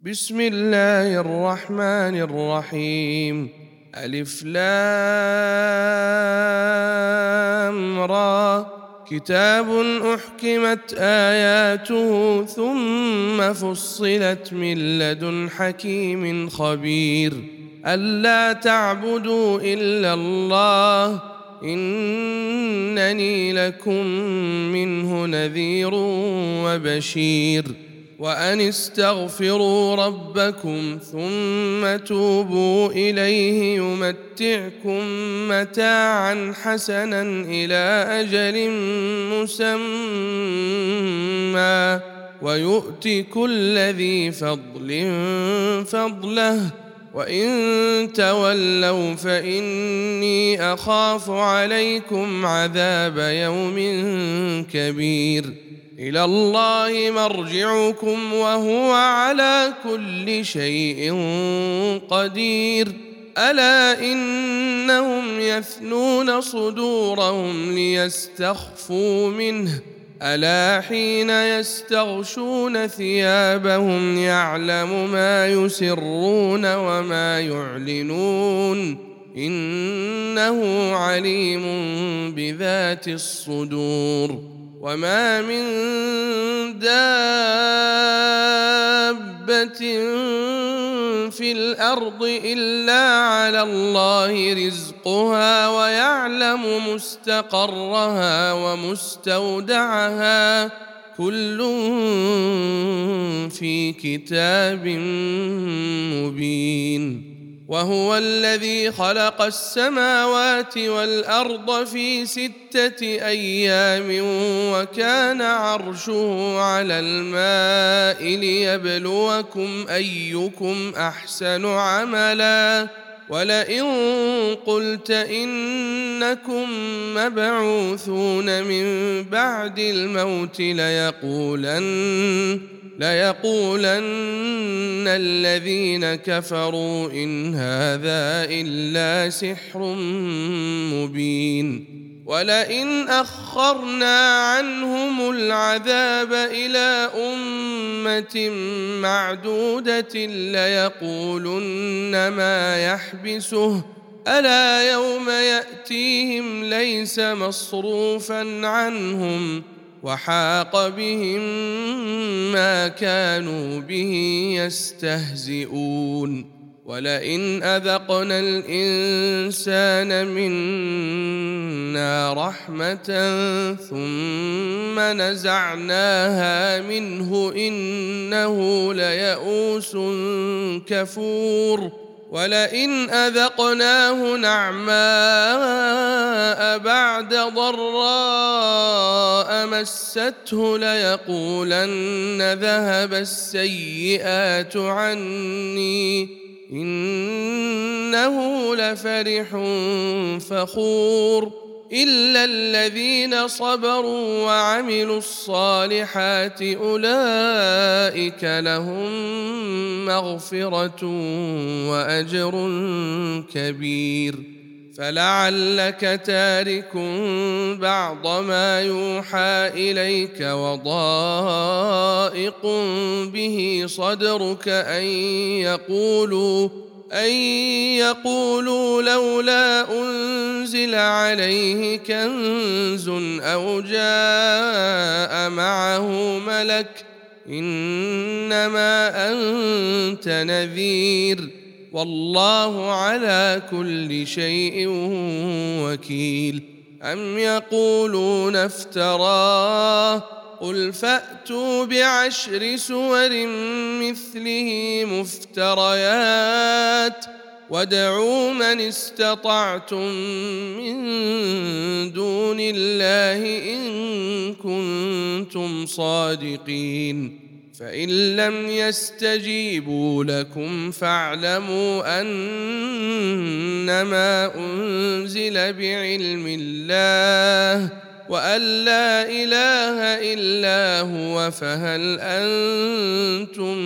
بسم الله الرحمن الرحيم. ألف لام را. كتاب أحكمت آياته ثم فصلت من لدن حكيم خبير ألا تعبدوا إلا الله إنني لكم منه نذير وبشير وأن استغفروا ربكم ثم توبوا إليه يمتعكم متاعا حسنا إلى أجل مسمى ويؤت كل ذي فضل فضله وإن تولوا فإني أخاف عليكم عذاب يوم كبير إلى الله مرجعكم وهو على كل شيء قدير ألا إنهم يثنون صدورهم ليستخفوا منه ألا حين يستغشون ثيابهم يعلم ما يسرون وما يعلنون إنه عليم بذات الصدور وما من دابة في الأرض إلا على الله رزقها ويعلم مستقرها ومستودعها كل في كتاب مبين وهو الذي خلق السماوات والأرض في 6 أيام وكان عرشه على الماء ليبلوكم أيكم أحسن عملا ولئن قلت إنكم مبعوثون من بعد الموت ليقولن الذين كفروا إن هذا إلا سحر مبين ولئن أخرنا عنهم العذاب إلى أمة معدودة ليقولن ما يحبسه ألا يوم يأتيهم ليس مصروفا عنهم وحاق بهم ما كانوا به يستهزئون ولئن أذقنا الإنسان منا رحمة ثم نزعناها منه إنه ليئوس كفور ولئن أذقناه نعماء بعد ضراء مسته ليقولن ذهب السيئات عني إنه لفرح فخور إلا الذين صبروا وعملوا الصالحات أولئك لهم مغفرة وأجر كبير فلعلك تارك بعض ما يوحى إليك وضائق به صدرك أن يقولوا لولا أنزل عليه كنز أو جاء معه ملك إنما أنت نذير والله على كل شيء وكيل أم يقولون افتراه قل فأتوا ب10 سور مثله مفتريات وادعوا من استطعتم من دون الله إن كنتم صادقين فإن لم يستجيبوا لكم فاعلموا أنما أنزل بعلم الله وأن لا إله إلا هو فهل أنتم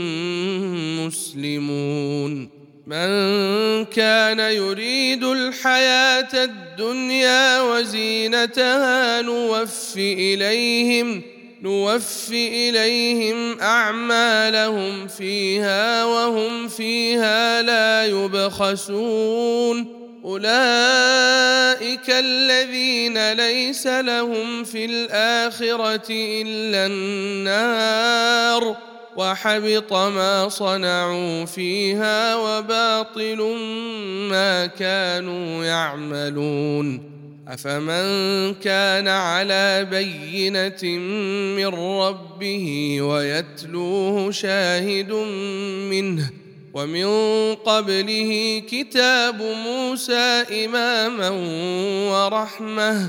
مسلمون من كان يريد الحياة الدنيا وزينتها نوف إليهم نوفي إليهم أعمالهم فيها وهم فيها لا يبخسون أولئك الذين ليس لهم في الآخرة إلا النار وحبط ما صنعوا فيها وباطل ما كانوا يعملون أفمن كان على بينة من ربه ويتلوه شاهد منه ومن قبله كتاب موسى إماما ورحمة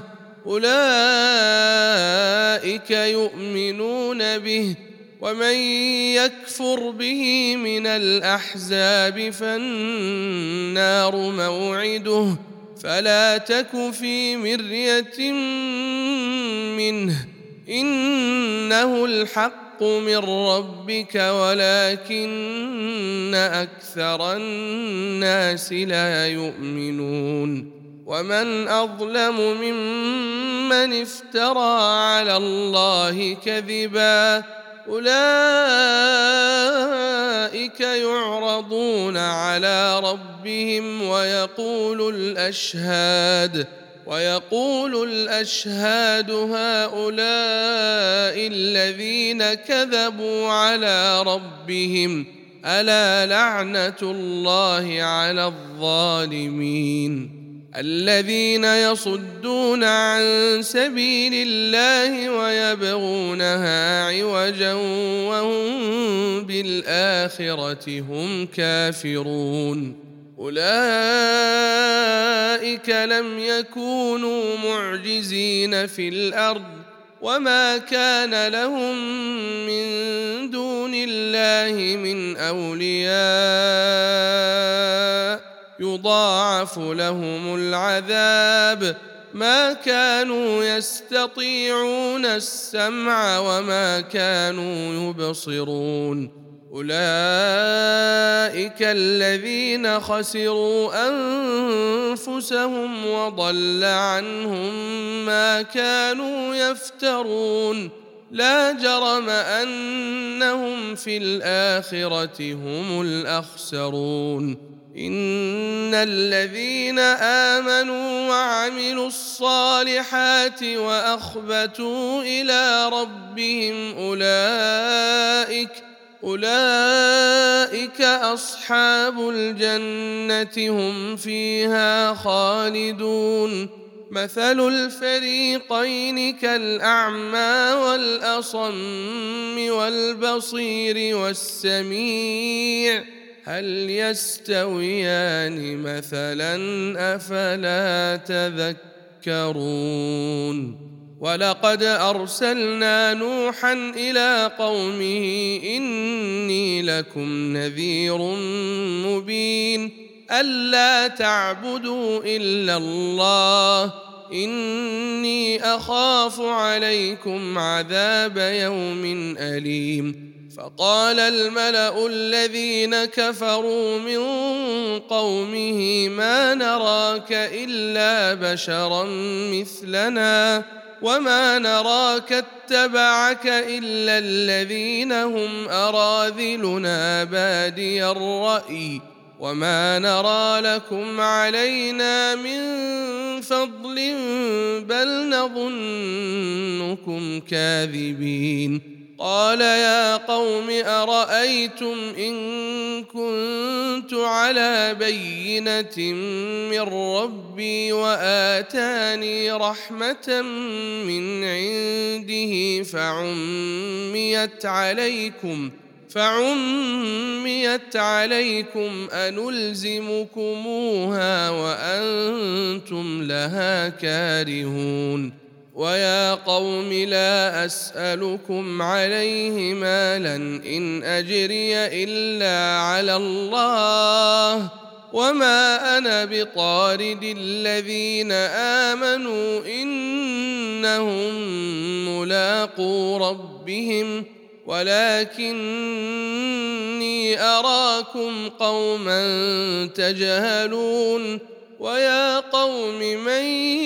أولئك يؤمنون به ومن يكفر به من الأحزاب فالنار موعده فلا تك في مرية منه إنه الحق من ربك ولكن أكثر الناس لا يؤمنون ومن أظلم ممن افترى على الله كذبا أولئك يعرضون على ربهم ويقول الأشهاد هؤلاء الذين كذبوا على ربهم ألا لعنة الله على الظالمين الذين يصدون عن سبيل الله ويبغونها عوجا وهم بالآخرة هم كافرون أولئك لم يكونوا معجزين في الأرض وما كان لهم من دون الله من أولياء يضاعف لهم العذاب ما كانوا يستطيعون السمع وما كانوا يبصرون أولئك الذين خسروا أنفسهم وضل عنهم ما كانوا يفترون لا جرم أنهم في الآخرة هم الأخسرون إن الذين آمنوا وعملوا الصالحات وأخبتوا إلى ربهم أولئك أصحاب الجنة هم فيها خالدون مثل الفريقين كالأعمى والأصم والبصير والسميع هل يستويان مثلا أفلا تذكرون ولقد أرسلنا نوحا إلى قومه إني لكم نذير مبين ألا تعبدوا إلا الله إني أخاف عليكم عذاب يوم أليم فقال الملأ الذين كفروا من قومه ما نراك إلا بشرا مثلنا وما نراك اتبعك إلا الذين هم أراذلنا بادي الرأي وما نرى لكم علينا من فضل بل نظنكم كاذبين قال يا قوم أرأيتم إن كنت على بينة من ربي وآتاني رحمة من عنده فعميت عليكم أنلزمكموها وأنتم لها كارهون ويا قوم لا أسألكم عليه مالا إن أجري إلا على الله وما أنا بطارد الذين آمنوا إنهم ملاقو ربهم ولكني أراكم قوما تجهلون ويا قوم من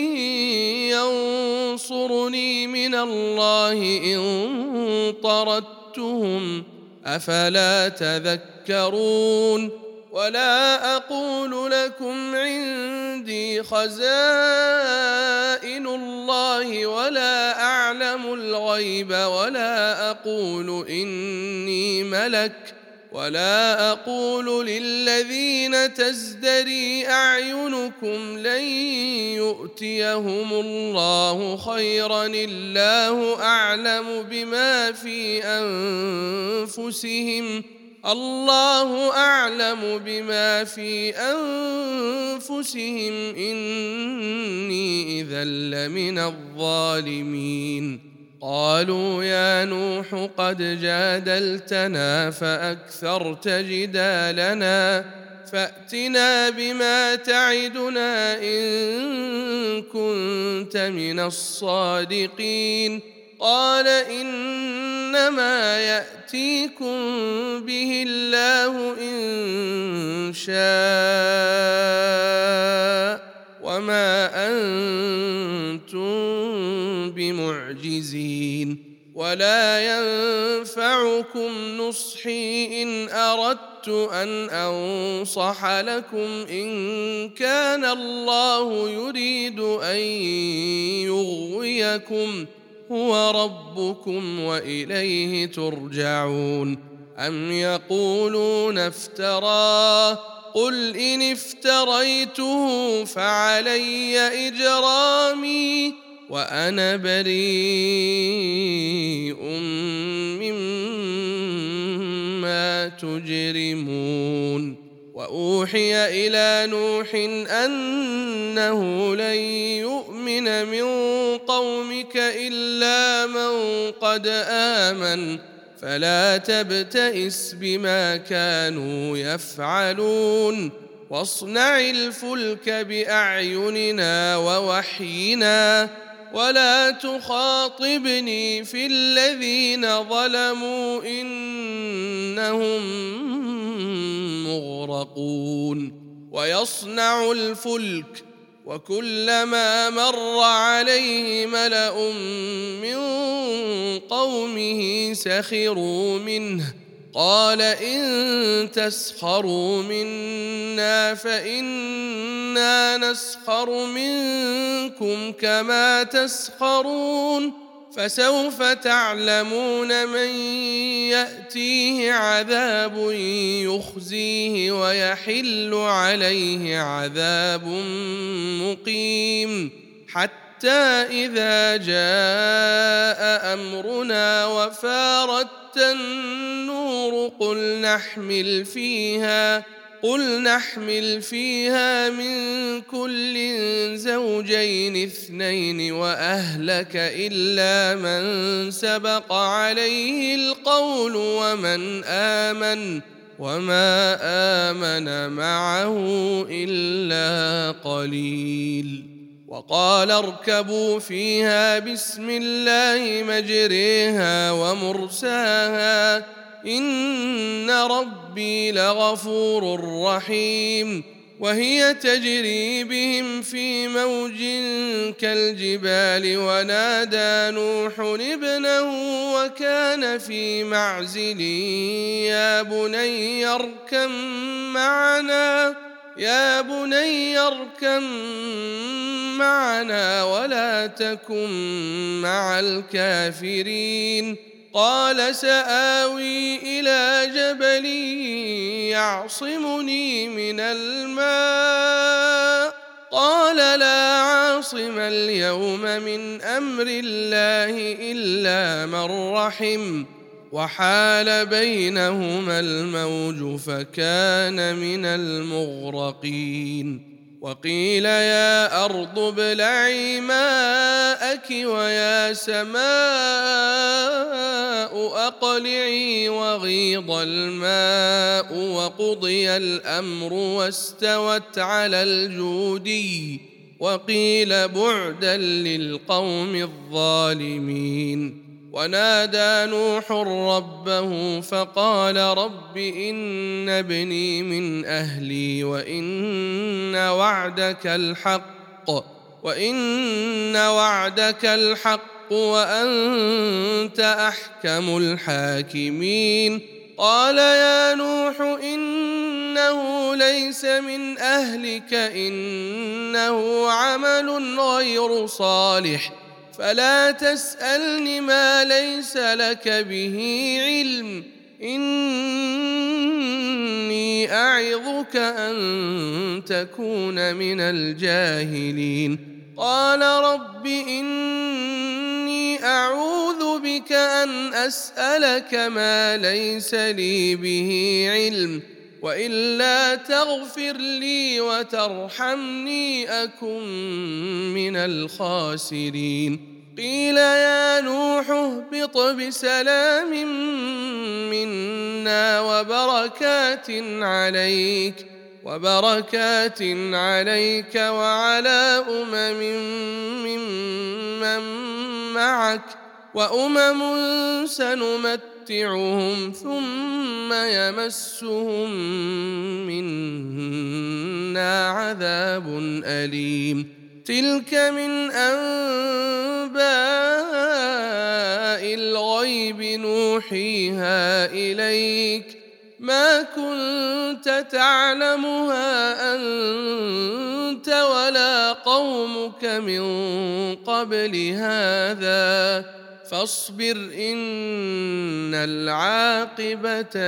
ينصرني من الله إن طردتهم أفلا تذكرون ولا أقول لكم عندي خزائن الله ولا أعلم الغيب ولا أقول إني ملك ولا أقول للذين تزدري أعينكم لن يؤتيهم الله خيرا الله أعلم بما في أنفسهم الله أعلم بما في أنفسهم إني إذا لمن الظالمين قالوا يا نوح قد جادلتنا فأكثرت جدالنا فأتنا بما تعدنا إن كنت من الصادقين قال إنما يأتيكم به الله إن شاء وما أنتم بمعجزين ولا ينفعكم نصحي إن أردت أن أنصح لكم إن كان الله يريد أن يغويكم هو ربكم وإليه ترجعون أم يقولون افتراه قل إن افتريته فعلي إجرامي وأنا بريء مما تجرمون وأوحي إلى نوح أنه لن يؤمن من قومك إلا من قد آمن فلا تبتئس بما كانوا يفعلون واصنع الفلك بأعيننا ووحينا ولا تخاطبني في الذين ظلموا إنهم مغرقون ويصنع الفلك وكلما مر عليه ملأ من قومه سخروا منه قال إن تسخروا منا فإنا نسخر منكم كما تسخرون فسوف تعلمون من يأتيه عذاب يخزيه ويحل عليه عذاب مقيم حتى إذا جاء أمرنا وفارت النور قل نحمل فيها من كل زوجين اثنين وأهلك إلا من سبق عليه القول ومن آمن وما آمن معه إلا قليل وقال اركبوا فيها بسم الله مجريها ومرساها إن ربي لغفور رحيم وهي تجري بهم في موج كالجبال ونادى نوح ابنه وكان في معزل يا بني اركم معنا ولا تكن مع الكافرين قال سآوي إلى جبل يعصمني من الماء قال لا عاصم اليوم من أمر الله إلا من رحم وحال بينهما الموج فكان من المغرقين وقيل يا أرض ابلعي ماءك ويا سماء أقلعي وغيض الماء وقضي الأمر واستوت على الجودي وقيل بعدا للقوم الظالمين ونادى نوح ربه فقال رب إن ابني من أهلي وإن وعدك الحق وأنت أحكم الحاكمين. قال يا نوح إنه ليس من أهلك إنه عمل غير صالح فلا تسألني ما ليس لك به علم إني أعظك أن تكون من الجاهلين. قال رب إني أعوذ بك أن أسألك ما ليس لي به علم وإلا تغفر لي وترحمني أكن من الخاسرين. قيل يا نوح اهبط بسلام منا وبركات عليك وعلى ممن معك وأمم سنمتعهم ثم يمسهم منا عذاب أليم. تلك من أنباء الغيب نوحيها إليك ما كنت تعلمها أنت ولا قومك من قبل هذا فاصبر إن العاقبة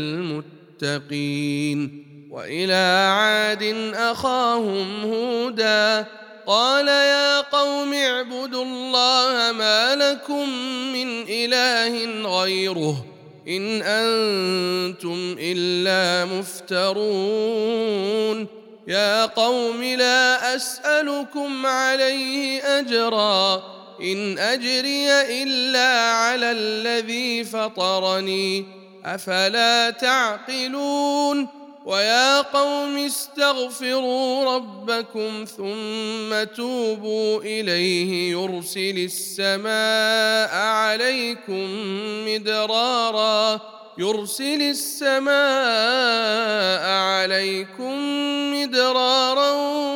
للمتقين. وإلى عاد أخاهم هودا قال يا قوم اعبدوا الله ما لكم من إله غيره إن أنتم إلا مفترون. يا قوم لا أسألكم عليه أجرا إن أجري إلا على الذي فطرني أفلا تعقلون. ويا قوم استغفروا ربكم ثم توبوا إليه يرسل السماء عليكم مدرارا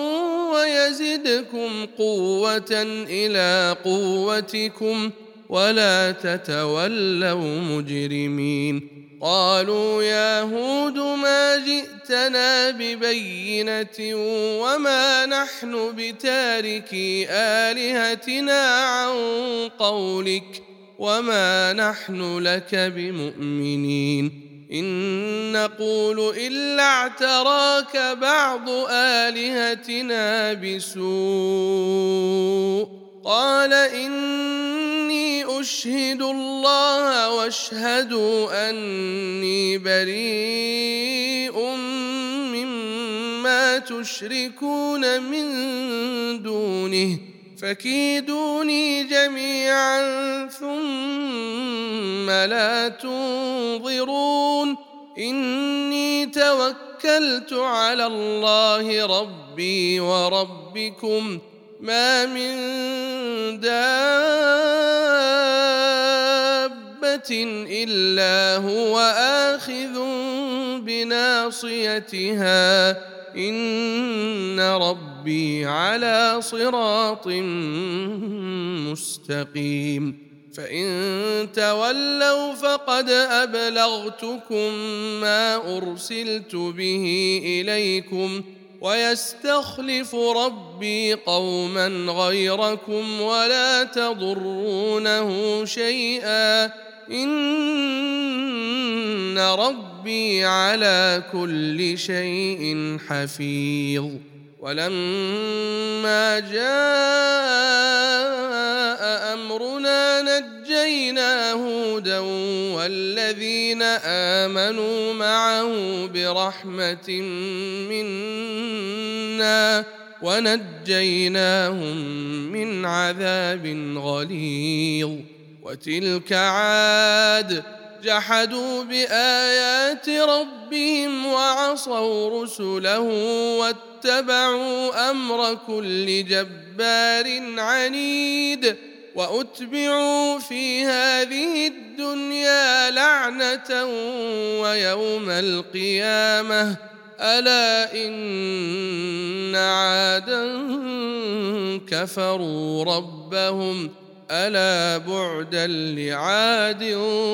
ويزدكم قوة إلى قوتكم ولا تتولوا مجرمين. قالوا يا هود ما جئتنا ببينة وما نحن بتاركي آلهتنا عن قولك وما نحن لك بمؤمنين إن نقول إلا اعتراك بعض آلهتنا بسوء. قال إني أشهد الله واشهدوا أني بريء مما تشركون من دونه فكيدوني جميعا ثم لا تنظرون. إني توكلت على الله ربي وربكم ما من دابة إلا هو آخذ بناصيتها إن ربي على صراط مستقيم. فإن تولوا فقد أبلغتكم ما أرسلت به إليكم ويستخلف ربي قوما غيركم ولا تضرونه شيئا إن ربي على كل شيء حفيظ. ولما جاء أمرنا نجينا هودا والذين آمنوا معه برحمة منا ونجيناهم من عذاب غليظ. وتلك عاد جحدوا بآيات ربهم وعصوا رسله واتبعوا أمر كل جبار عنيد. وأتبعوا في هذه الدنيا لعنة ويوم القيامة ألا إن عادا كفروا ربهم ألا بعدا لعاد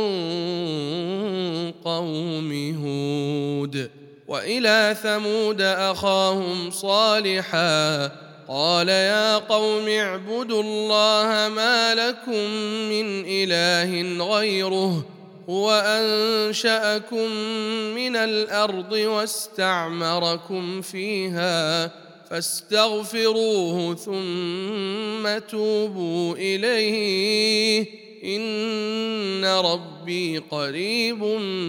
قوم هود. وإلى ثمود أخاهم صالحا قال يا قوم اعبدوا الله ما لكم من إله غيره هو أنشأكم من الأرض واستعمركم فيها فاستغفروه ثم توبوا إليه إن ربي قريب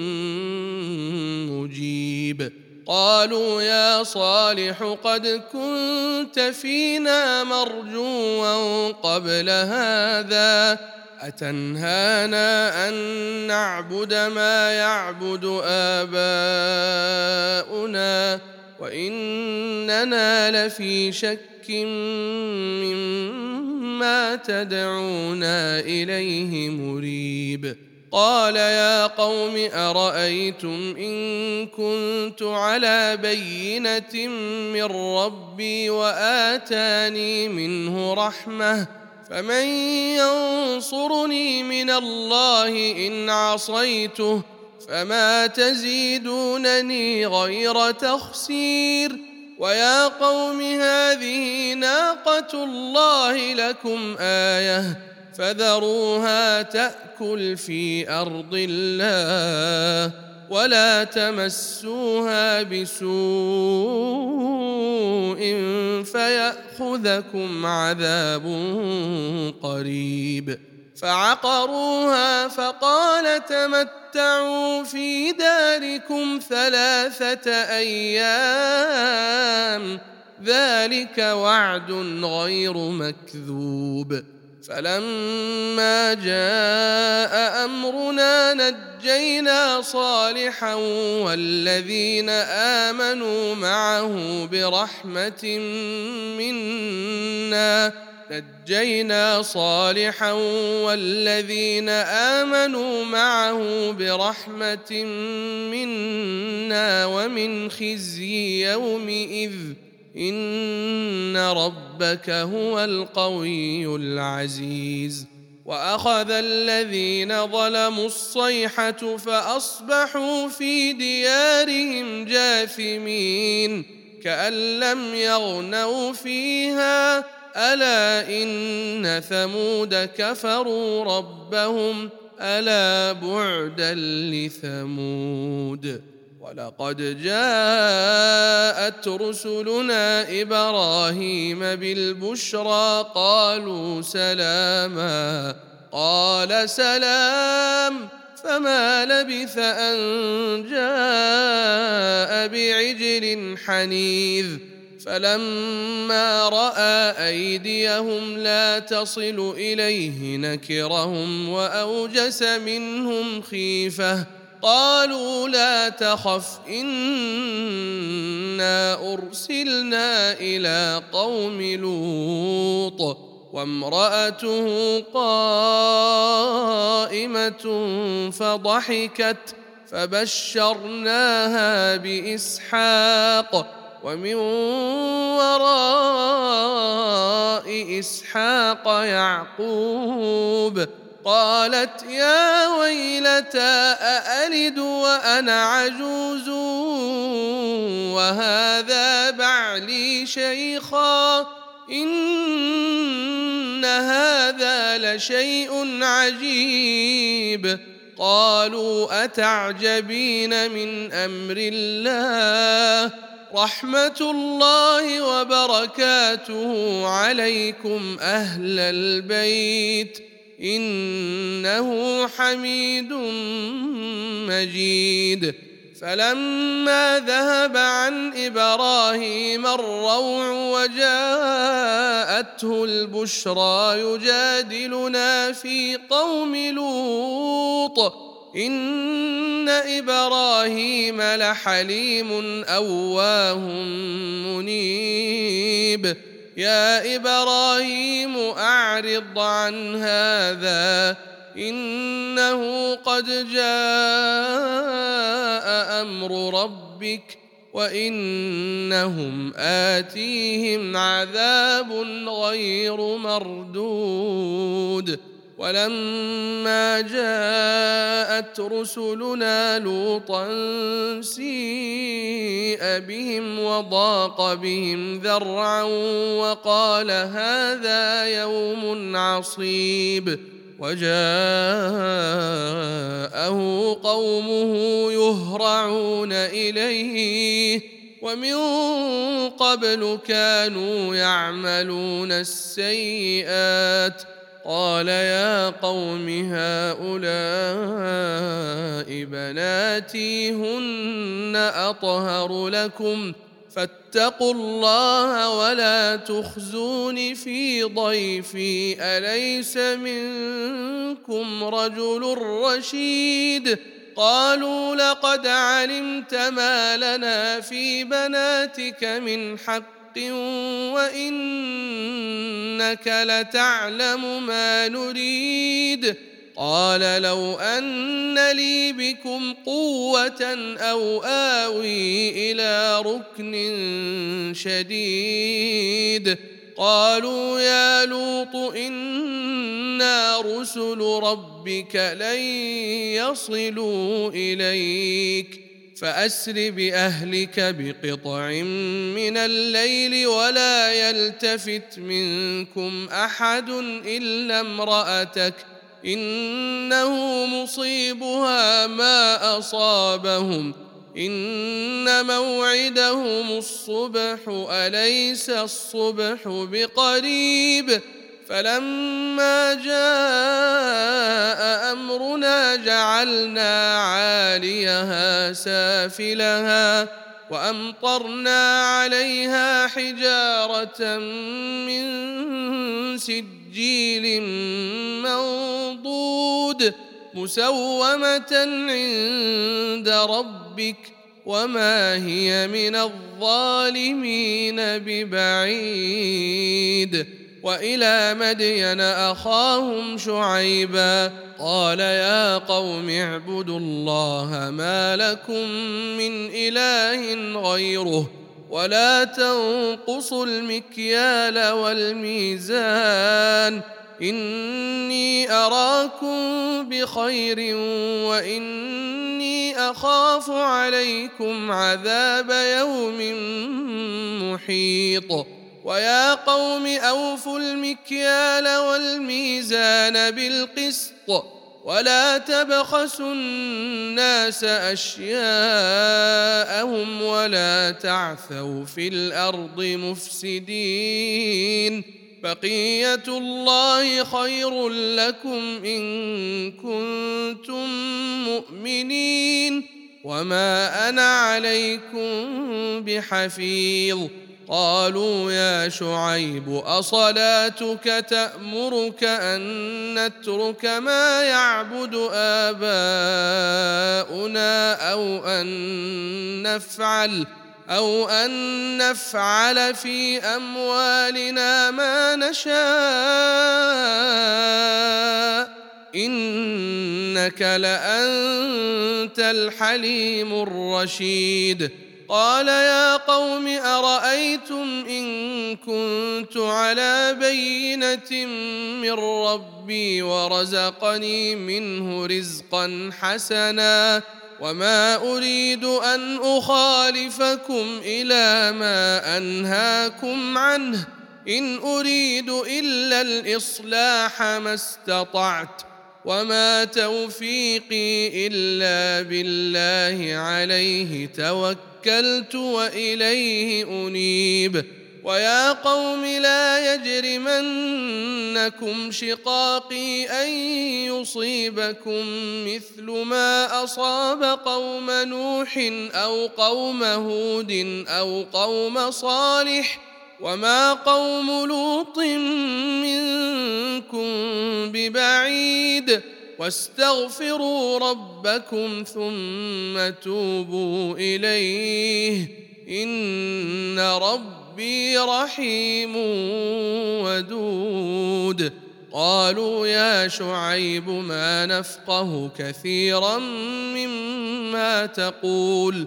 مجيب. قالوا يا صالح قد كنت فينا مرجوا قبل هذا أتنهانا أن نعبد ما يعبد آباؤنا وإننا لفي شك مما تدعونا إليه مريب. قال يا قوم أرأيتم إن كنت على بينة من ربي وآتاني منه رحمة فمن ينصرني من الله إن عصيته فما تزيدونني غير تخسير. ويا قوم هذه ناقة الله لكم آية فذروها تأكل في أرض الله ولا تمسوها بسوء فيأخذكم عذاب قريب. فعقروها فقال تمتعوا في داركم 3 أيام ذلك وعد غير مكذوب. فلما جاء أمرنا نجينا صالحا والذين آمنوا معه برحمة منا ومن خزي يومئذ إن ربك هو القوي العزيز. وأخذ الذين ظلموا الصيحة فأصبحوا في ديارهم جاثمين كأن لم يغنوا فيها ألا إن ثمود كفروا ربهم ألا بعدا لثمود. ولقد جاءت رسلنا إبراهيم بالبشرى قالوا سلاما قال سلام فما لبث أن جاء بعجل حنيذ. فلما رأى أيديهم لا تصل إليه نكرهم وأوجس منهم خيفة قالوا لا تخف إنا أرسلنا إلى قوم لوط وامرأته قائمة فضحكت فبشرناها بإسحاق ومن وراء إسحاق يعقوب. قالت يا ويلتى أألد وأنا عجوز وهذا بعلي شيخا إن هذا لشيء عجيب. قالوا أتعجبين من أمر الله رحمة الله وبركاته عليكم أهل البيت إنه حميد مجيد. فلما ذهب عن إبراهيم الروع وجاءته البشرى يجادلنا في قوم لوط إن إبراهيم لحليم أواه منيب. يا إبراهيم أعرض عن هذا إنه قد جاء أمر ربك وإنهم آتيهم عذاب غير مردود ولما جاءت رسلنا لوطا سيء بهم وضاق بهم ذرعا وقال هذا يوم عصيب وجاءه قومه يهرعون إليه ومن قبل كانوا يعملون السيئات قال يا قوم هؤلاء بناتي هن أطهر لكم فاتقوا الله ولا تخزون في ضيفي أليس منكم رجل رشيد قالوا لقد علمت ما لنا في بناتك من حق وإنك لتعلم ما نريد قال لو أن لي بكم قوة أو آوي إلى ركن شديد قالوا يا لوط إنا رسل ربك لن يصلوا إليك فأسر بأهلك بقطع من الليل ولا يلتفت منكم أحد إلا امرأتك إنه مصيبها ما أصابهم إن موعدهم الصبح أليس الصبح بقريب فلما جاء أمرنا جعلنا عاليها سافلها وأمطرنا عليها حجارة من سجيل منضود مسومة عند ربك وما هي من الظالمين ببعيد وإلى مدين أخاهم شعيبا قال يا قوم اعبدوا الله ما لكم من إله غيره ولا تنقصوا المكيال والميزان إني أراكم بخير وإني أخاف عليكم عذاب يوم محيط ويا قوم أوفوا المكيال والميزان بالقسط ولا تبخسوا الناس أشياءهم ولا تعثوا في الأرض مفسدين بقية الله خير لكم إن كنتم مؤمنين وما أنا عليكم بحفيظ قالوا يا شعيب أصلاتك تأمرك أن نترك ما يعبد آباؤنا أو أن نفعل في أموالنا ما نشاء إنك لأنت الحليم الرشيد قال يا قوم أرأيتم إن كنت على بينة من ربي ورزقني منه رزقا حسنا وما أريد أن أخالفكم إلى ما أنهاكم عنه إن أريد إلا الإصلاح ما استطعت وما توفيقي إلا بالله عليه توكلت وإليه أنيب ويا قوم لا يجرمنكم شقاقي أن يصيبكم مثل ما أصاب قوم نوح أو قوم هود أو قوم صالح وما قوم لوط منكم ببعيد واستغفروا ربكم ثم توبوا إليه إن ربي ربي رحيم ودود. قالوا يا شعيب ما نفقه كثيرا مما تقول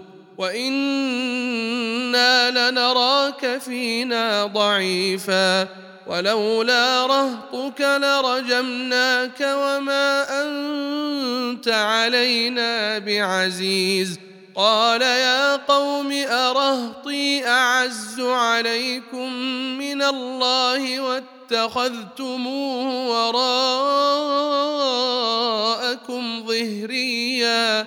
وإنا لنراك فينا ضعيفا ولولا رهطك لرجمناك وما أنت علينا بعزيز. قال يا قوم أرهطي أعز عليكم من الله واتخذتموه وراءكم ظهريا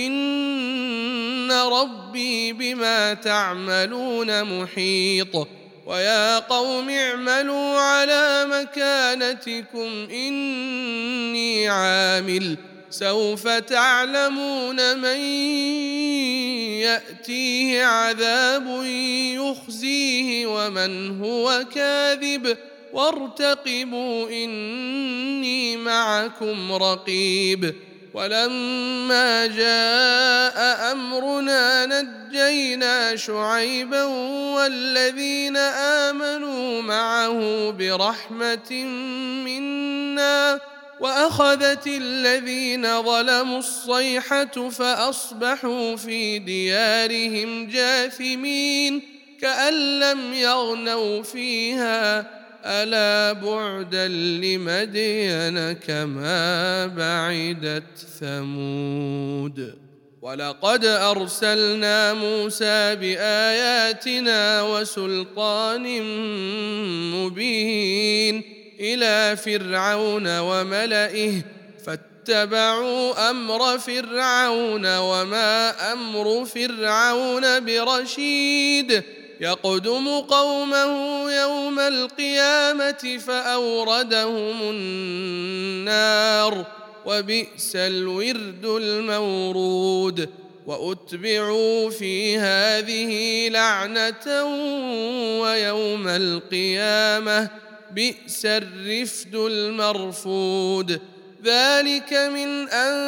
إن ربي بما تعملون محيط. ويا قوم اعملوا على مكانتكم إني عامل سوف تعلمون من يأتيه عذاب يخزيه ومن هو كاذب وارتقبوا إني معكم رقيب. ولما جاء أمرنا نجينا شعيبا والذين آمنوا معه برحمة منا وأخذت الذين ظلموا الصيحة فأصبحوا في ديارهم جاثمين كأن لم يغنوا فيها ألا بعدا لمدين كما بعدت ثمود. ولقد أرسلنا موسى بآياتنا وسلطان مبين إلى فرعون وملئه فاتبعوا أمر فرعون وما أمر فرعون برشيد يقدم قومه يوم القيامة فأوردهم النار وبئس الورد المورود. وأتبعوا في هذه لعنة ويوم القيامة بئس الرفد المرفود. ذلك من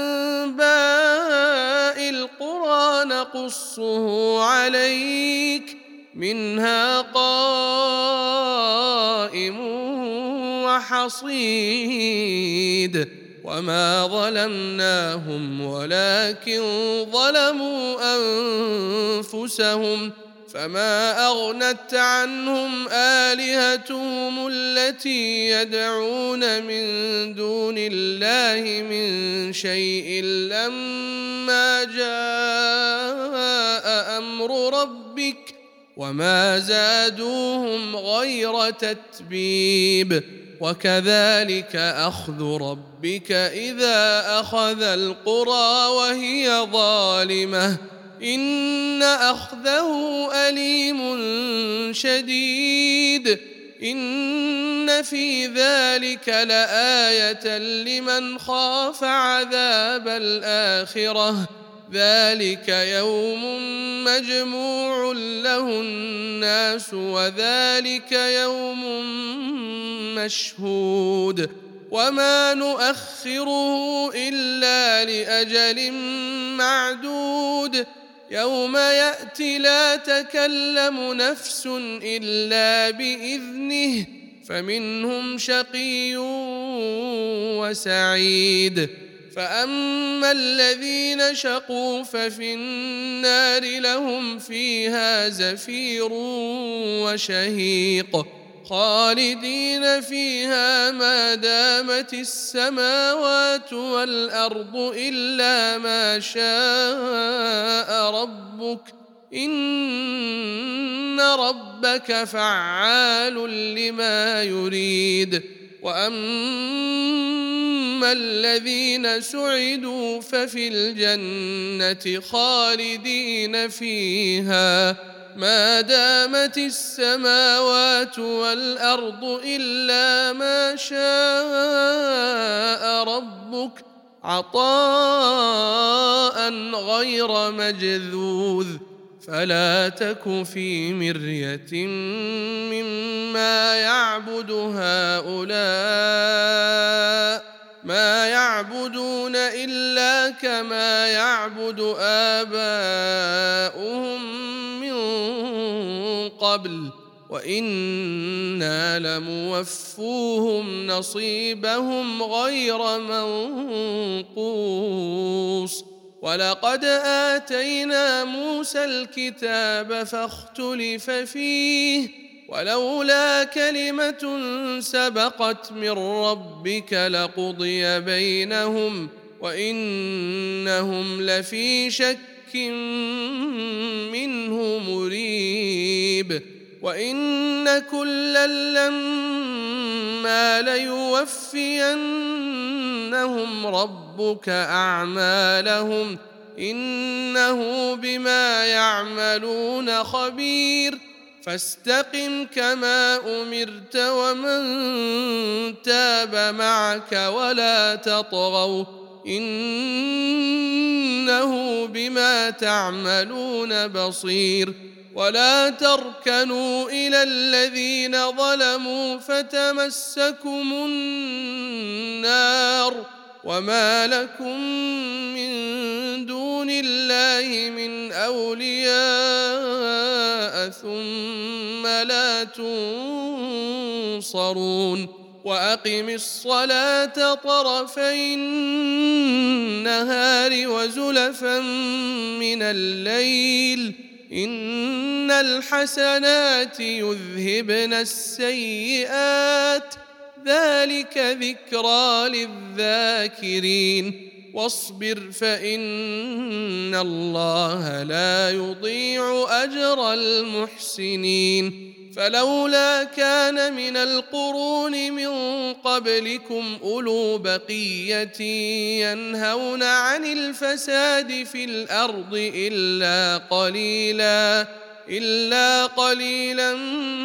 أنباء القرى نقصه عليك منها قائم وحصيد. وما ظلمناهم ولكن ظلموا أنفسهم فما أغنت عنهم آلهتهم التي يدعون من دون الله من شيء لما جاء أمر ربك وما زادوهم غير تتبيب. وكذلك أخذ ربك إذا أخذ القرى وهي ظالمة إن أخذه أليم شديد. إن في ذلك لآية لمن خاف عذاب الآخرة ذلك يوم مجموع له الناس وذلك يوم مشهود. وما نؤخره إلا لأجل معدود يوم يأتي لا تكلم نفس إلا بإذنه فمنهم شقي وسعيد. فأما الذين شقوا ففي النار لهم فيها زفير وشهيق خالدين فيها ما دامت السماوات والأرض إلا ما شاء ربك إن ربك فعال لما يريد. وأما الذين سعدوا ففي الجنة خالدين فيها ما دامت السماوات والأرض إلا ما شاء ربك عطاء غير مجذوذ. فلا تك في مرية مما يعبد هؤلاء ما يعبدون إلا كما يعبد آباؤهم من قبل وإنا لموفوهم نصيبهم غير منقوص. ولقد آتينا موسى الكتاب فاختلف فيه، ولولا كلمة سبقت من ربك لقضي بينهم وإنهم لفي شك منه مريب. وإن كلا لما ليوفينهم ربك أعمالهم إنه بما يعملون خبير. فاستقم كما أمرت ومن تاب معك ولا تطغوا إنه بما تعملون بصير. ولا تركنوا إلى الذين ظلموا فتمسكم النار وما لكم من دون الله من أولياء ثم لا تنصرون. وأقم الصلاة طرفي النهار وزلفا من الليل إن الحسنات يذهبن السيئات ذلك ذكرى للذاكرين. واصبر فإن الله لا يضيع أجر المحسنين. فلولا كان من القرون من قبلكم أولو بقية ينهون عن الفساد في الأرض إلا قليلا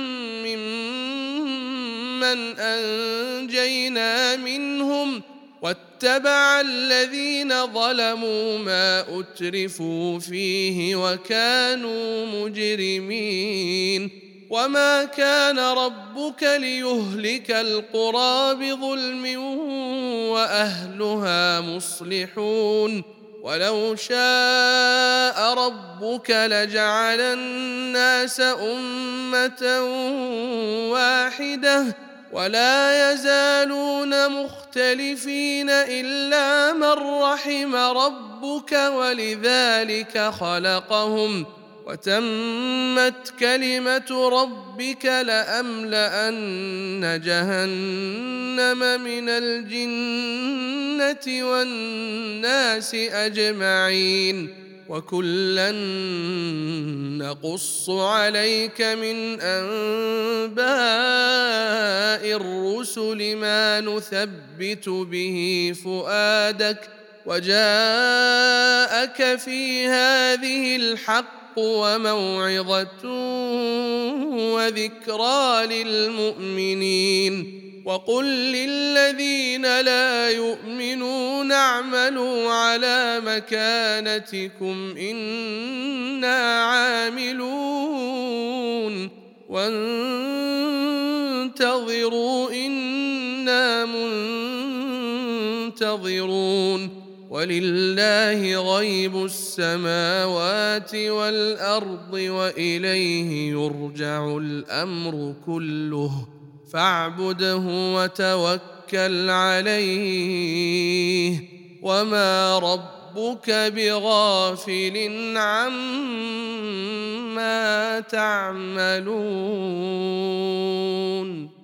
ممن أنجينا منهم واتبع الذين ظلموا ما أترفوا فيه وكانوا مجرمين. وما كان ربك ليهلك القرى بظلم وأهلها مصلحون. ولو شاء ربك لجعل الناس أمة واحدة ولا يزالون مختلفين إلا من رحم ربك ولذلك خلقهم وتمت كلمة ربك لأملأن جهنم من الجنة والناس أجمعين. وكلا نقص عليك من أنباء الرسل ما نثبت به فؤادك وجاءك في هذه الحق وموعظة وذكرى للمؤمنين. وقل للذين لا يؤمنون اعملوا على مكانتكم إنا عاملون وانتظروا إنا منتظرون. ولله غيب السماوات والأرض وإليه يرجع الأمر كله فاعبده وتوكل عليه وما ربك بغافل عما تعملون.